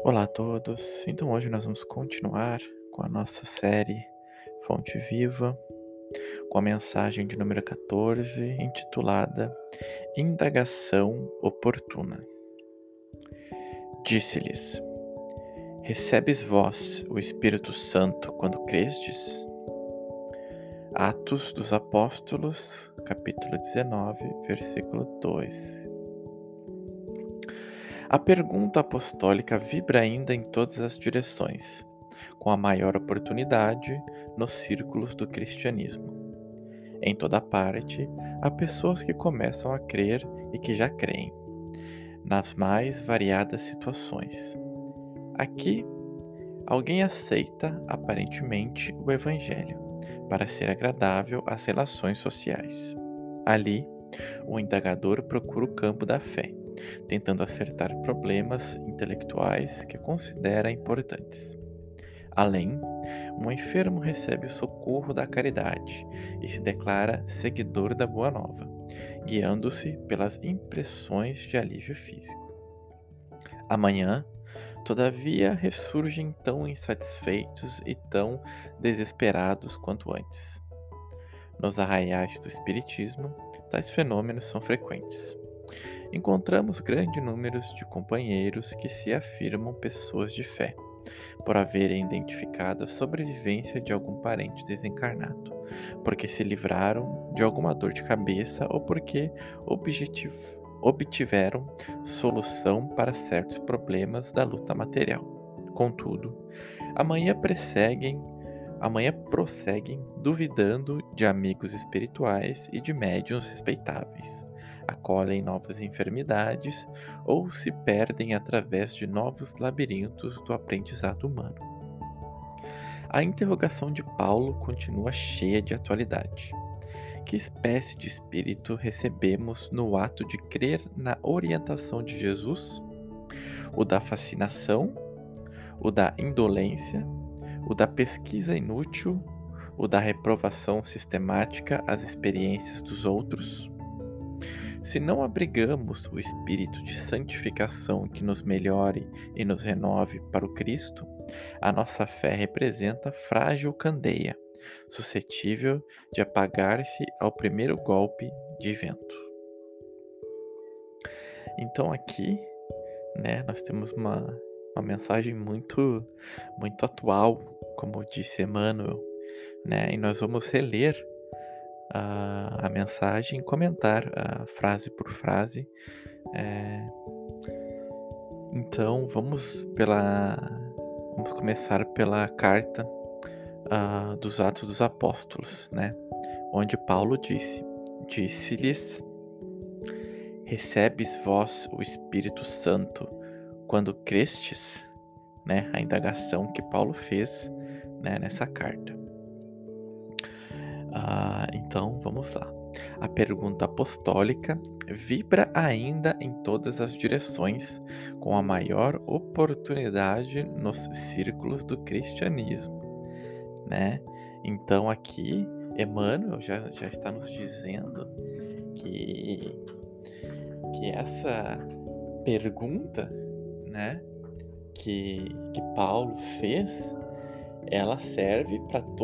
Olá a todos. Então hoje nós vamos continuar com a nossa série Fonte Viva, com a mensagem de número 14, intitulada Indagação Oportuna. Disse-lhes: Recebes vós o Espírito Santo quando crestes? Atos dos Apóstolos, capítulo 19, versículo 2. A pergunta apostólica vibra ainda em todas as direções, com a maior oportunidade nos círculos do cristianismo. Em toda parte, há pessoas que começam a crer e que já creem, nas mais variadas situações. Aqui, alguém aceita aparentemente o Evangelho para ser agradável às relações sociais. Ali, o indagador procura o campo da fé, tentando acertar problemas intelectuais que considera importantes. Além, um enfermo recebe o socorro da caridade e se declara seguidor da Boa Nova, guiando-se pelas impressões de alívio físico. Amanhã, todavia, ressurgem tão insatisfeitos e tão desesperados quanto antes. Nos arraiais do Espiritismo, tais fenômenos são frequentes. Encontramos grande número de companheiros que se afirmam pessoas de fé, por haverem identificado a sobrevivência de algum parente desencarnado, porque se livraram de alguma dor de cabeça ou porque obtiveram solução para certos problemas da luta material. Contudo, amanhã perseguem Amanhã prosseguem duvidando de amigos espirituais e de médiuns respeitáveis. Acolhem novas enfermidades ou se perdem através de novos labirintos do aprendizado humano. A interrogação de Paulo continua cheia de atualidade. Que espécie de espírito recebemos no ato de crer na orientação de Jesus? O da fascinação? O da indolência? O da pesquisa inútil, o da reprovação sistemática às experiências dos outros? Se não abrigamos o espírito de santificação que nos melhore e nos renove para o Cristo, a nossa fé representa frágil candeia, suscetível de apagar-se ao primeiro golpe de vento. Então aqui, né, nós temos uma mensagem muito atual, como disse Emmanuel, né? E nós vamos reler a mensagem e comentar frase por frase. É, então vamos começar pela carta dos Atos dos Apóstolos, né? Onde Paulo disse-lhes: Recebes vós o Espírito Santo quando crestes, né? A indagação que Paulo fez, né, nessa carta. Então vamos lá. A pergunta apostólica vibra ainda em todas as direções, com a maior oportunidade nos círculos do cristianismo, né? Então aqui Emmanuel já está nos dizendo que, que essa pergunta, né, que Paulo fez, ela serve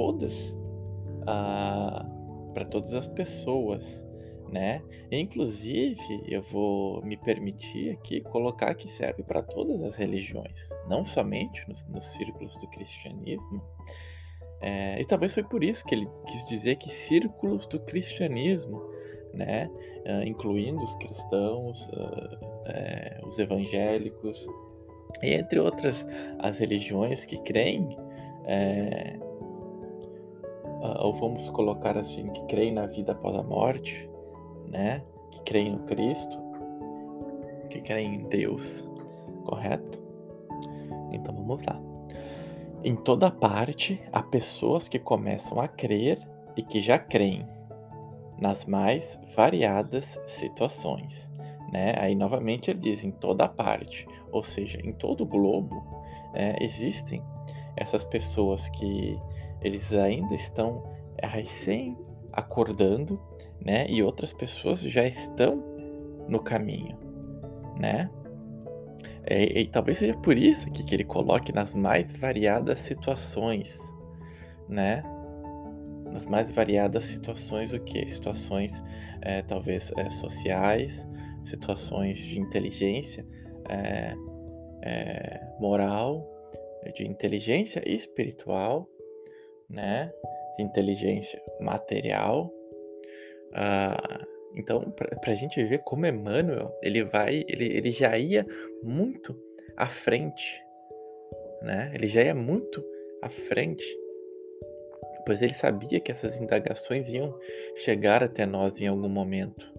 para todas as pessoas, né? Inclusive, eu vou me permitir aqui colocar que serve para todas as religiões, não somente nos círculos do cristianismo. E talvez foi por isso que ele quis dizer que círculos do cristianismo, né? Incluindo os cristãos, os evangélicos, e entre outras as religiões que creem, eh, ou vamos colocar assim, que creem na vida após a morte, né? Que creem no Cristo, que creem em Deus, correto? Então vamos lá. Em toda parte há pessoas que começam a crer e que já creem nas mais variadas situações, né? Aí novamente ele diz em toda parte, ou seja, em todo o globo existem essas pessoas que eles ainda estão recém acordando, né? E outras pessoas já estão no caminho, né? E talvez seja por isso que ele coloque nas mais variadas situações, né, nas mais variadas situações o quê? Situações, talvez, sociais, situações de inteligência, eh moral, de inteligência espiritual, né, de inteligência material. Ah, então pra gente ver como Emmanuel, ele já ia muito à frente, né, ele já ia muito à frente, pois ele sabia que essas indagações iam chegar até nós em algum momento.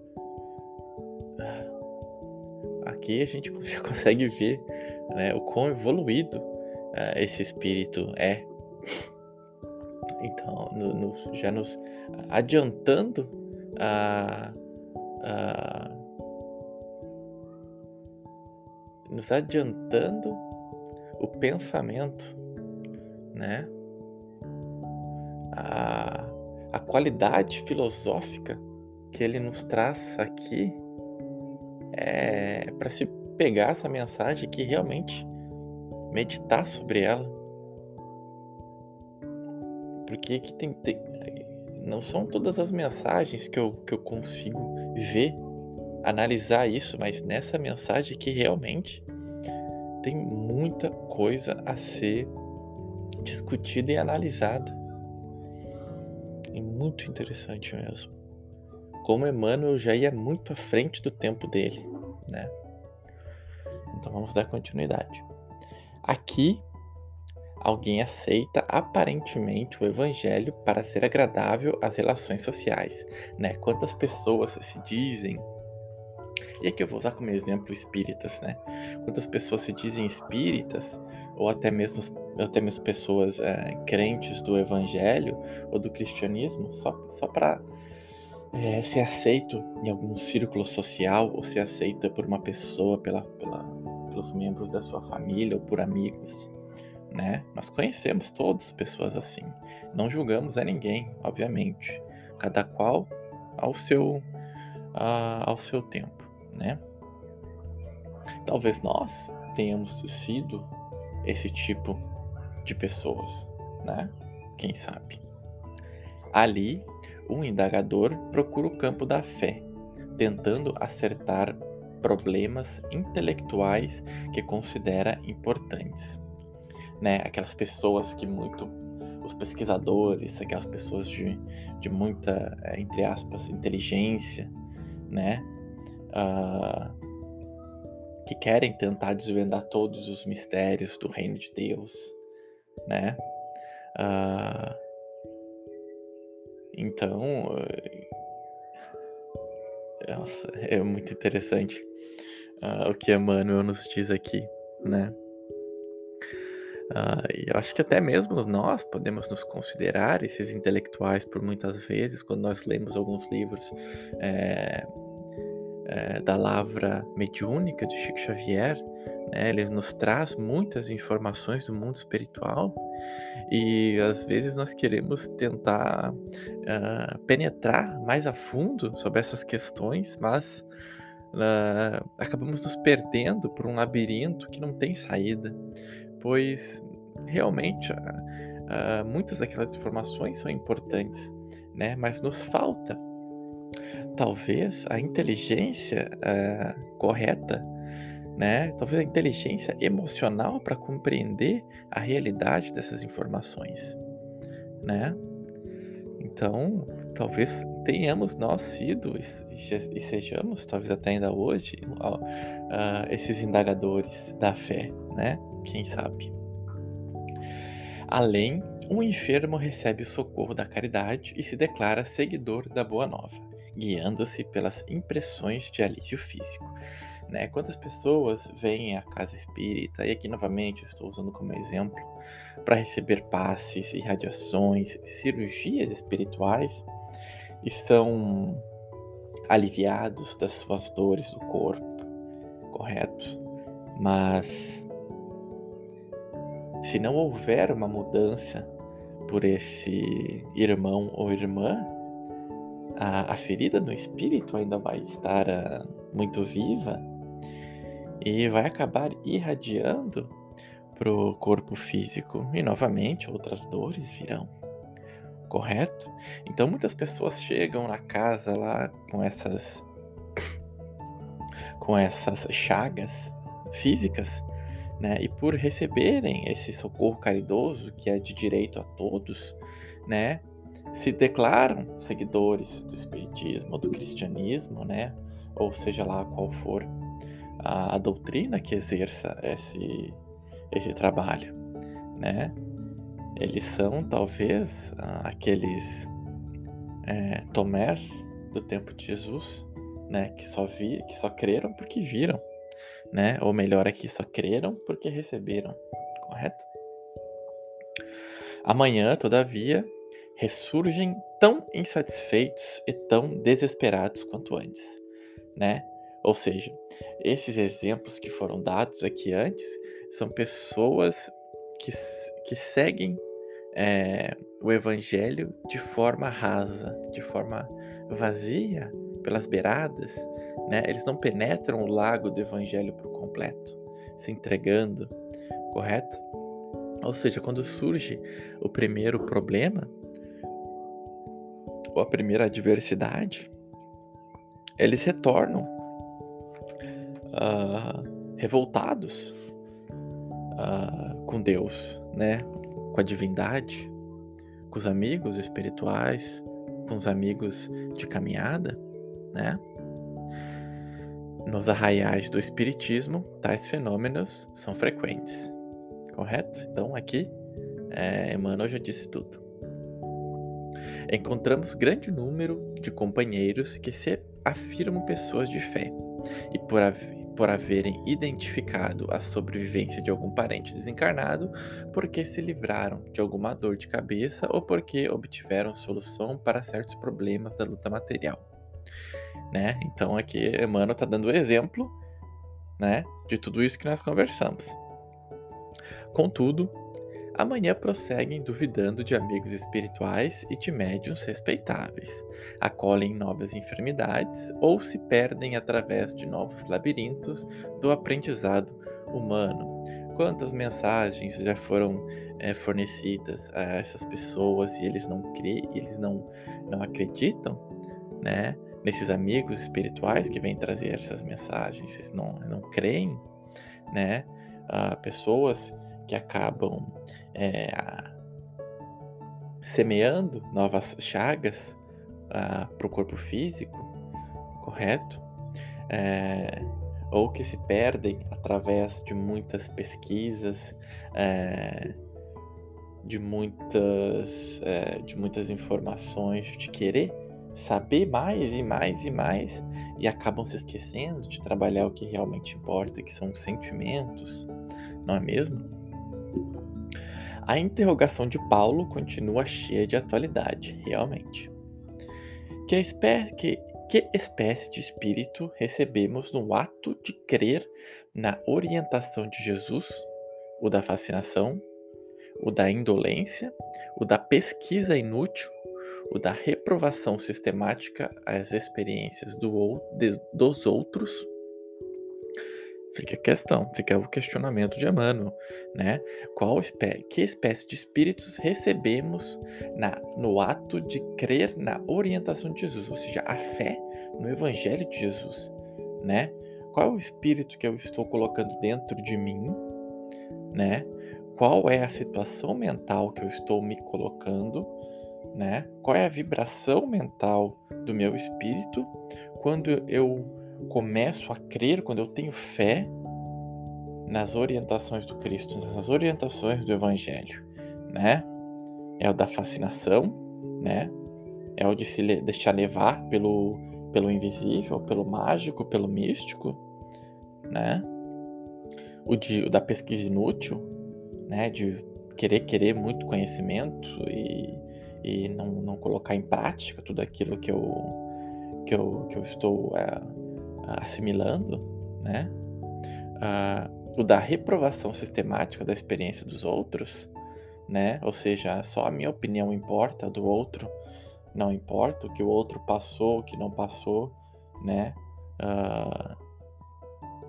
Aqui a gente já consegue ver, né, o quão evoluído, esse espírito é. Então, já nos adiantando a, a nos adiantando o pensamento, né? A, a qualidade filosófica que ele nos traz aqui é para se pegar essa mensagem aqui, realmente meditar sobre ela, porque aqui não são todas as mensagens que eu consigo ver, analisar isso, mas nessa mensagem aqui realmente tem muita coisa a ser discutida e analisada. É muito interessante mesmo. Como Emmanuel já ia muito à frente do tempo dele, né? Então vamos dar continuidade. Aqui, alguém aceita aparentemente o evangelho para ser agradável às relações sociais, né? Quantas pessoas se dizem, e aqui eu vou usar como exemplo espíritas, né? Quantas pessoas se dizem espíritas, ou até mesmo pessoas crentes do evangelho ou do cristianismo, só para ser aceito em algum círculo social, ou ser aceita por uma pessoa, pelos membros da sua família ou por amigos, né? Nós conhecemos todos pessoas assim. Não julgamos a ninguém, obviamente. Cada qual ao seu tempo, né? Talvez nós tenhamos sido esse tipo de pessoas, né? Quem sabe? Ali, um indagador procura o campo da fé, tentando acertar problemas intelectuais que considera importantes, né? Aquelas pessoas que os pesquisadores, aquelas pessoas de muita, entre aspas, inteligência, né? Ah, que querem tentar desvendar todos os mistérios do reino de Deus, né? Ah, então, nossa, é muito interessante, o que Emmanuel nos diz aqui, né? E eu acho que até mesmo nós podemos nos considerar esses intelectuais por muitas vezes, quando nós lemos alguns livros eh, da Lavra Mediúnica de Chico Xavier, né? Ele nos traz muitas informações do mundo espiritual e às vezes nós queremos tentar penetrar mais a fundo sobre essas questões, mas acabamos nos perdendo por um labirinto que não tem saída, pois realmente muitas daquelas informações são importantes, né? Mas nos falta talvez a inteligência correta, né? Talvez a inteligência emocional para compreender a realidade dessas informações, né? Então, talvez tenhamos nós sido e sejamos, talvez até ainda hoje, esses indagadores da fé, né? Quem sabe? Além, um enfermo recebe o socorro da caridade e se declara seguidor da Boa Nova, guiando-se pelas impressões de alívio físico, né? Quantas pessoas vêm à casa espírita, e aqui novamente estou usando como exemplo, para receber passes, irradiações, cirurgias espirituais e são aliviados das suas dores do corpo, correto? Mas se não houver uma mudança por esse irmão ou irmã, a ferida no espírito ainda vai estar muito viva e vai acabar irradiando para o corpo físico e novamente outras dores virão, correto? Então muitas pessoas chegam na casa lá com essas chagas físicas, né? E por receberem esse socorro caridoso que é de direito a todos, né? Se declaram seguidores do espiritismo ou do cristianismo, né? Ou seja lá qual for a doutrina que exerça esse trabalho, né? Eles são talvez aqueles Tomés do tempo de Jesus, né? Que só creram porque viram, né? Ou melhor aqui, só creram porque receberam, correto? Amanhã, todavia, ressurgem tão insatisfeitos e tão desesperados quanto antes, né? Ou seja, esses exemplos que foram dados aqui antes são pessoas que seguem o evangelho de forma rasa, de forma vazia, pelas beiradas, né? Eles não penetram o lago do evangelho por completo, se entregando, correto? Ou seja, quando surge o primeiro problema ou a primeira adversidade, eles retornam ah, revoltados com Deus, né? Com a divindade, com os amigos espirituais, com os amigos de caminhada, né? Nos arraiais do espiritismo, tais fenômenos são frequentes, correto? Então aqui, Emmanuel já disse tudo. Encontramos grande número de companheiros que se afirmam pessoas de fé e por haverem identificado a sobrevivência de algum parente desencarnado, porque se livraram de alguma dor de cabeça ou porque obtiveram solução para certos problemas da luta material, né? Então aqui Emmanuel está dando exemplo, né, de tudo isso que nós conversamos. Contudo, amanhã prosseguem duvidando de amigos espirituais e de médiuns respeitáveis, acolhem novas enfermidades ou se perdem através de novos labirintos do aprendizado humano. Quantas mensagens já foram fornecidas a essas pessoas e eles não creem, não acreditam, né? Nesses amigos espirituais que vêm trazer essas mensagens, eles não creem, né? Pessoas que acabam semeando novas chagas para o corpo físico, correto? Eh, ou que se perdem através de muitas pesquisas, eh, de muitas informações, de querer saber mais e mais e mais, e acabam se esquecendo de trabalhar o que realmente importa, que são os sentimentos, não é mesmo? A interrogação de Paulo continua cheia de atualidade, realmente. Que espécie de espírito recebemos no ato de crer na orientação de Jesus, o da fascinação, o da indolência, o da pesquisa inútil, o da reprovação sistemática às experiências dos outros? Fica a questão, fica o questionamento de Emmanuel, né? Que espécie de espíritos recebemos no ato de crer na orientação de Jesus, ou seja, a fé no Evangelho de Jesus, né? Qual é o espírito que eu estou colocando dentro de mim, né? Qual é a situação mental que eu estou me colocando, né? Qual é a vibração mental do meu espírito quando eu começo a crer, quando eu tenho fé nas orientações do Cristo, nas orientações do Evangelho, né? É o da fascinação, né? É o de deixar levar pelo invisível, pelo mágico, pelo místico, né? O da pesquisa inútil, né? De querer muito conhecimento e não colocar em prática tudo aquilo que eu estou assimilando, né? O da reprovação sistemática da experiência dos outros, né? Ou seja, só a minha opinião importa, a do outro não importa, o que o outro passou, o que não passou, né?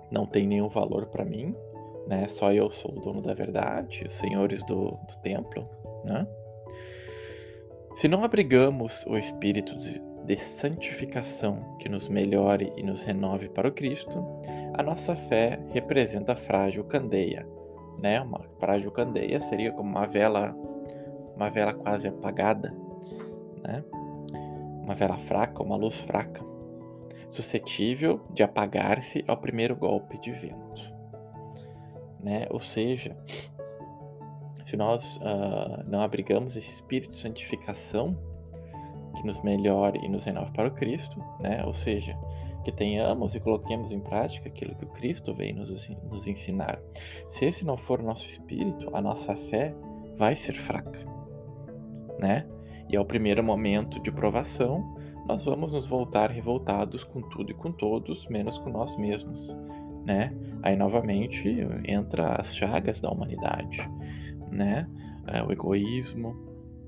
não tem nenhum valor para mim, né? Só eu sou o dono da verdade, os senhores do templo, né? Se não abrigamos o espírito de santificação que nos melhore e nos renove para o Cristo, a nossa fé representa a frágil candeia, né? Uma frágil candeia seria como uma vela quase apagada, né? Uma vela fraca, uma luz fraca, suscetível de apagar-se ao primeiro golpe de vento, né? Ou seja, se nós não abrigamos esse espírito de santificação que nos melhore e nos renove para o Cristo, né? Ou seja, que tenhamos e coloquemos em prática aquilo que o Cristo veio nos ensinar. Se esse não for o nosso espírito, a nossa fé vai ser fraca, né? E ao primeiro momento de provação, nós vamos nos voltar revoltados com tudo e com todos, menos com nós mesmos, né? Aí novamente entra as chagas da humanidade, né? O egoísmo,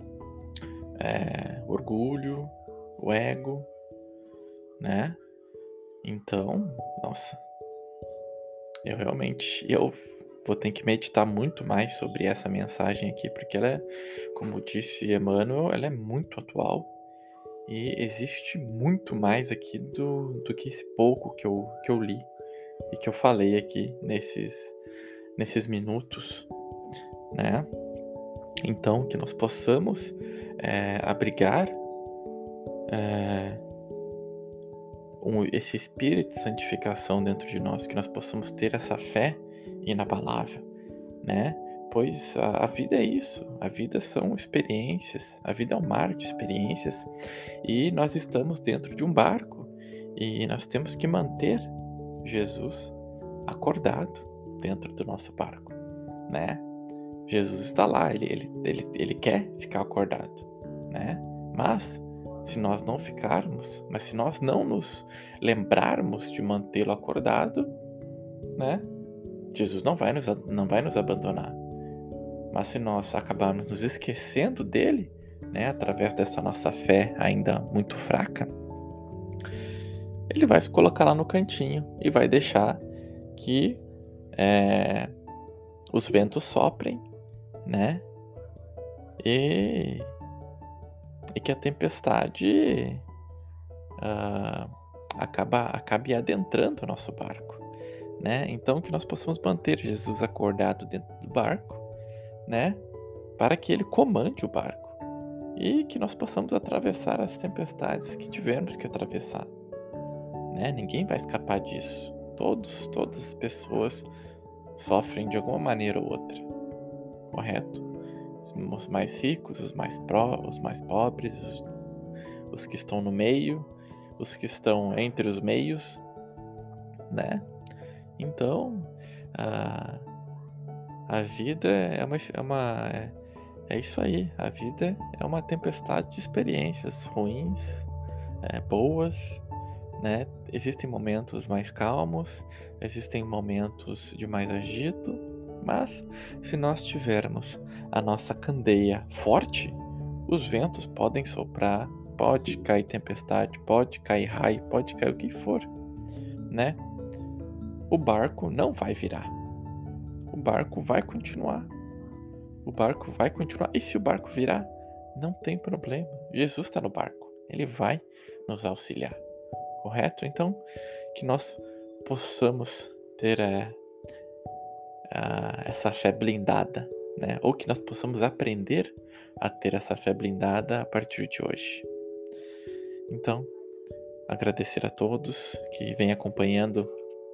o orgulho, o ego, né? Então, nossa, eu vou ter que meditar muito mais sobre essa mensagem aqui, porque ela é, como disse Emmanuel, ela é muito atual e existe muito mais aqui do que esse pouco que eu li e que eu falei aqui nesses minutos, né? Então, que nós possamos abrigar esse espírito de santificação dentro de nós, que nós possamos ter essa fé inabalável, né? Pois a vida é isso, a vida são experiências, a vida é um mar de experiências e nós estamos dentro de um barco e nós temos que manter Jesus acordado dentro do nosso barco, né? Jesus está lá, ele quer ficar acordado, né? Mas se nós não ficarmos, mas se nós não nos lembrarmos de mantê-lo acordado, né? Jesus não vai nos abandonar. Mas se nós acabarmos nos esquecendo dele, né, através dessa nossa fé ainda muito fraca, ele vai se colocar lá no cantinho e vai deixar que os ventos soprem, né? E que a tempestade acabe adentrando o nosso barco, né? Então que nós possamos manter Jesus acordado dentro do barco, né? Para que ele comande o barco e que nós possamos atravessar as tempestades que tivermos que atravessar, né? Ninguém vai escapar disso. Todas as pessoas sofrem de alguma maneira ou outra, correto? Os mais ricos, os mais pobres, os que estão no meio, os que estão entre os meios, né? Então, a vida é isso aí. A vida é uma tempestade de experiências ruins, boas, né? Existem momentos mais calmos, existem momentos de mais agito, mas se nós tivermos a nossa candeia forte, os ventos podem soprar, pode cair tempestade, pode cair raio, pode cair o que for, né? O barco não vai virar. O barco vai continuar. O barco vai continuar. E se o barco virar, não tem problema. Jesus está no barco. Ele vai nos auxiliar. Correto? Então, que nós possamos ter essa fé blindada, né? Ou que nós possamos aprender a ter essa fé blindada a partir de hoje. Então, agradecer a todos que vêm acompanhando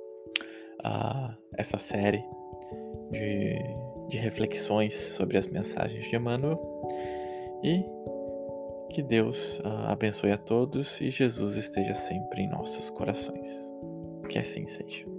essa série de reflexões sobre as mensagens de Emmanuel e que Deus abençoe a todos e Jesus esteja sempre em nossos corações. Que assim seja.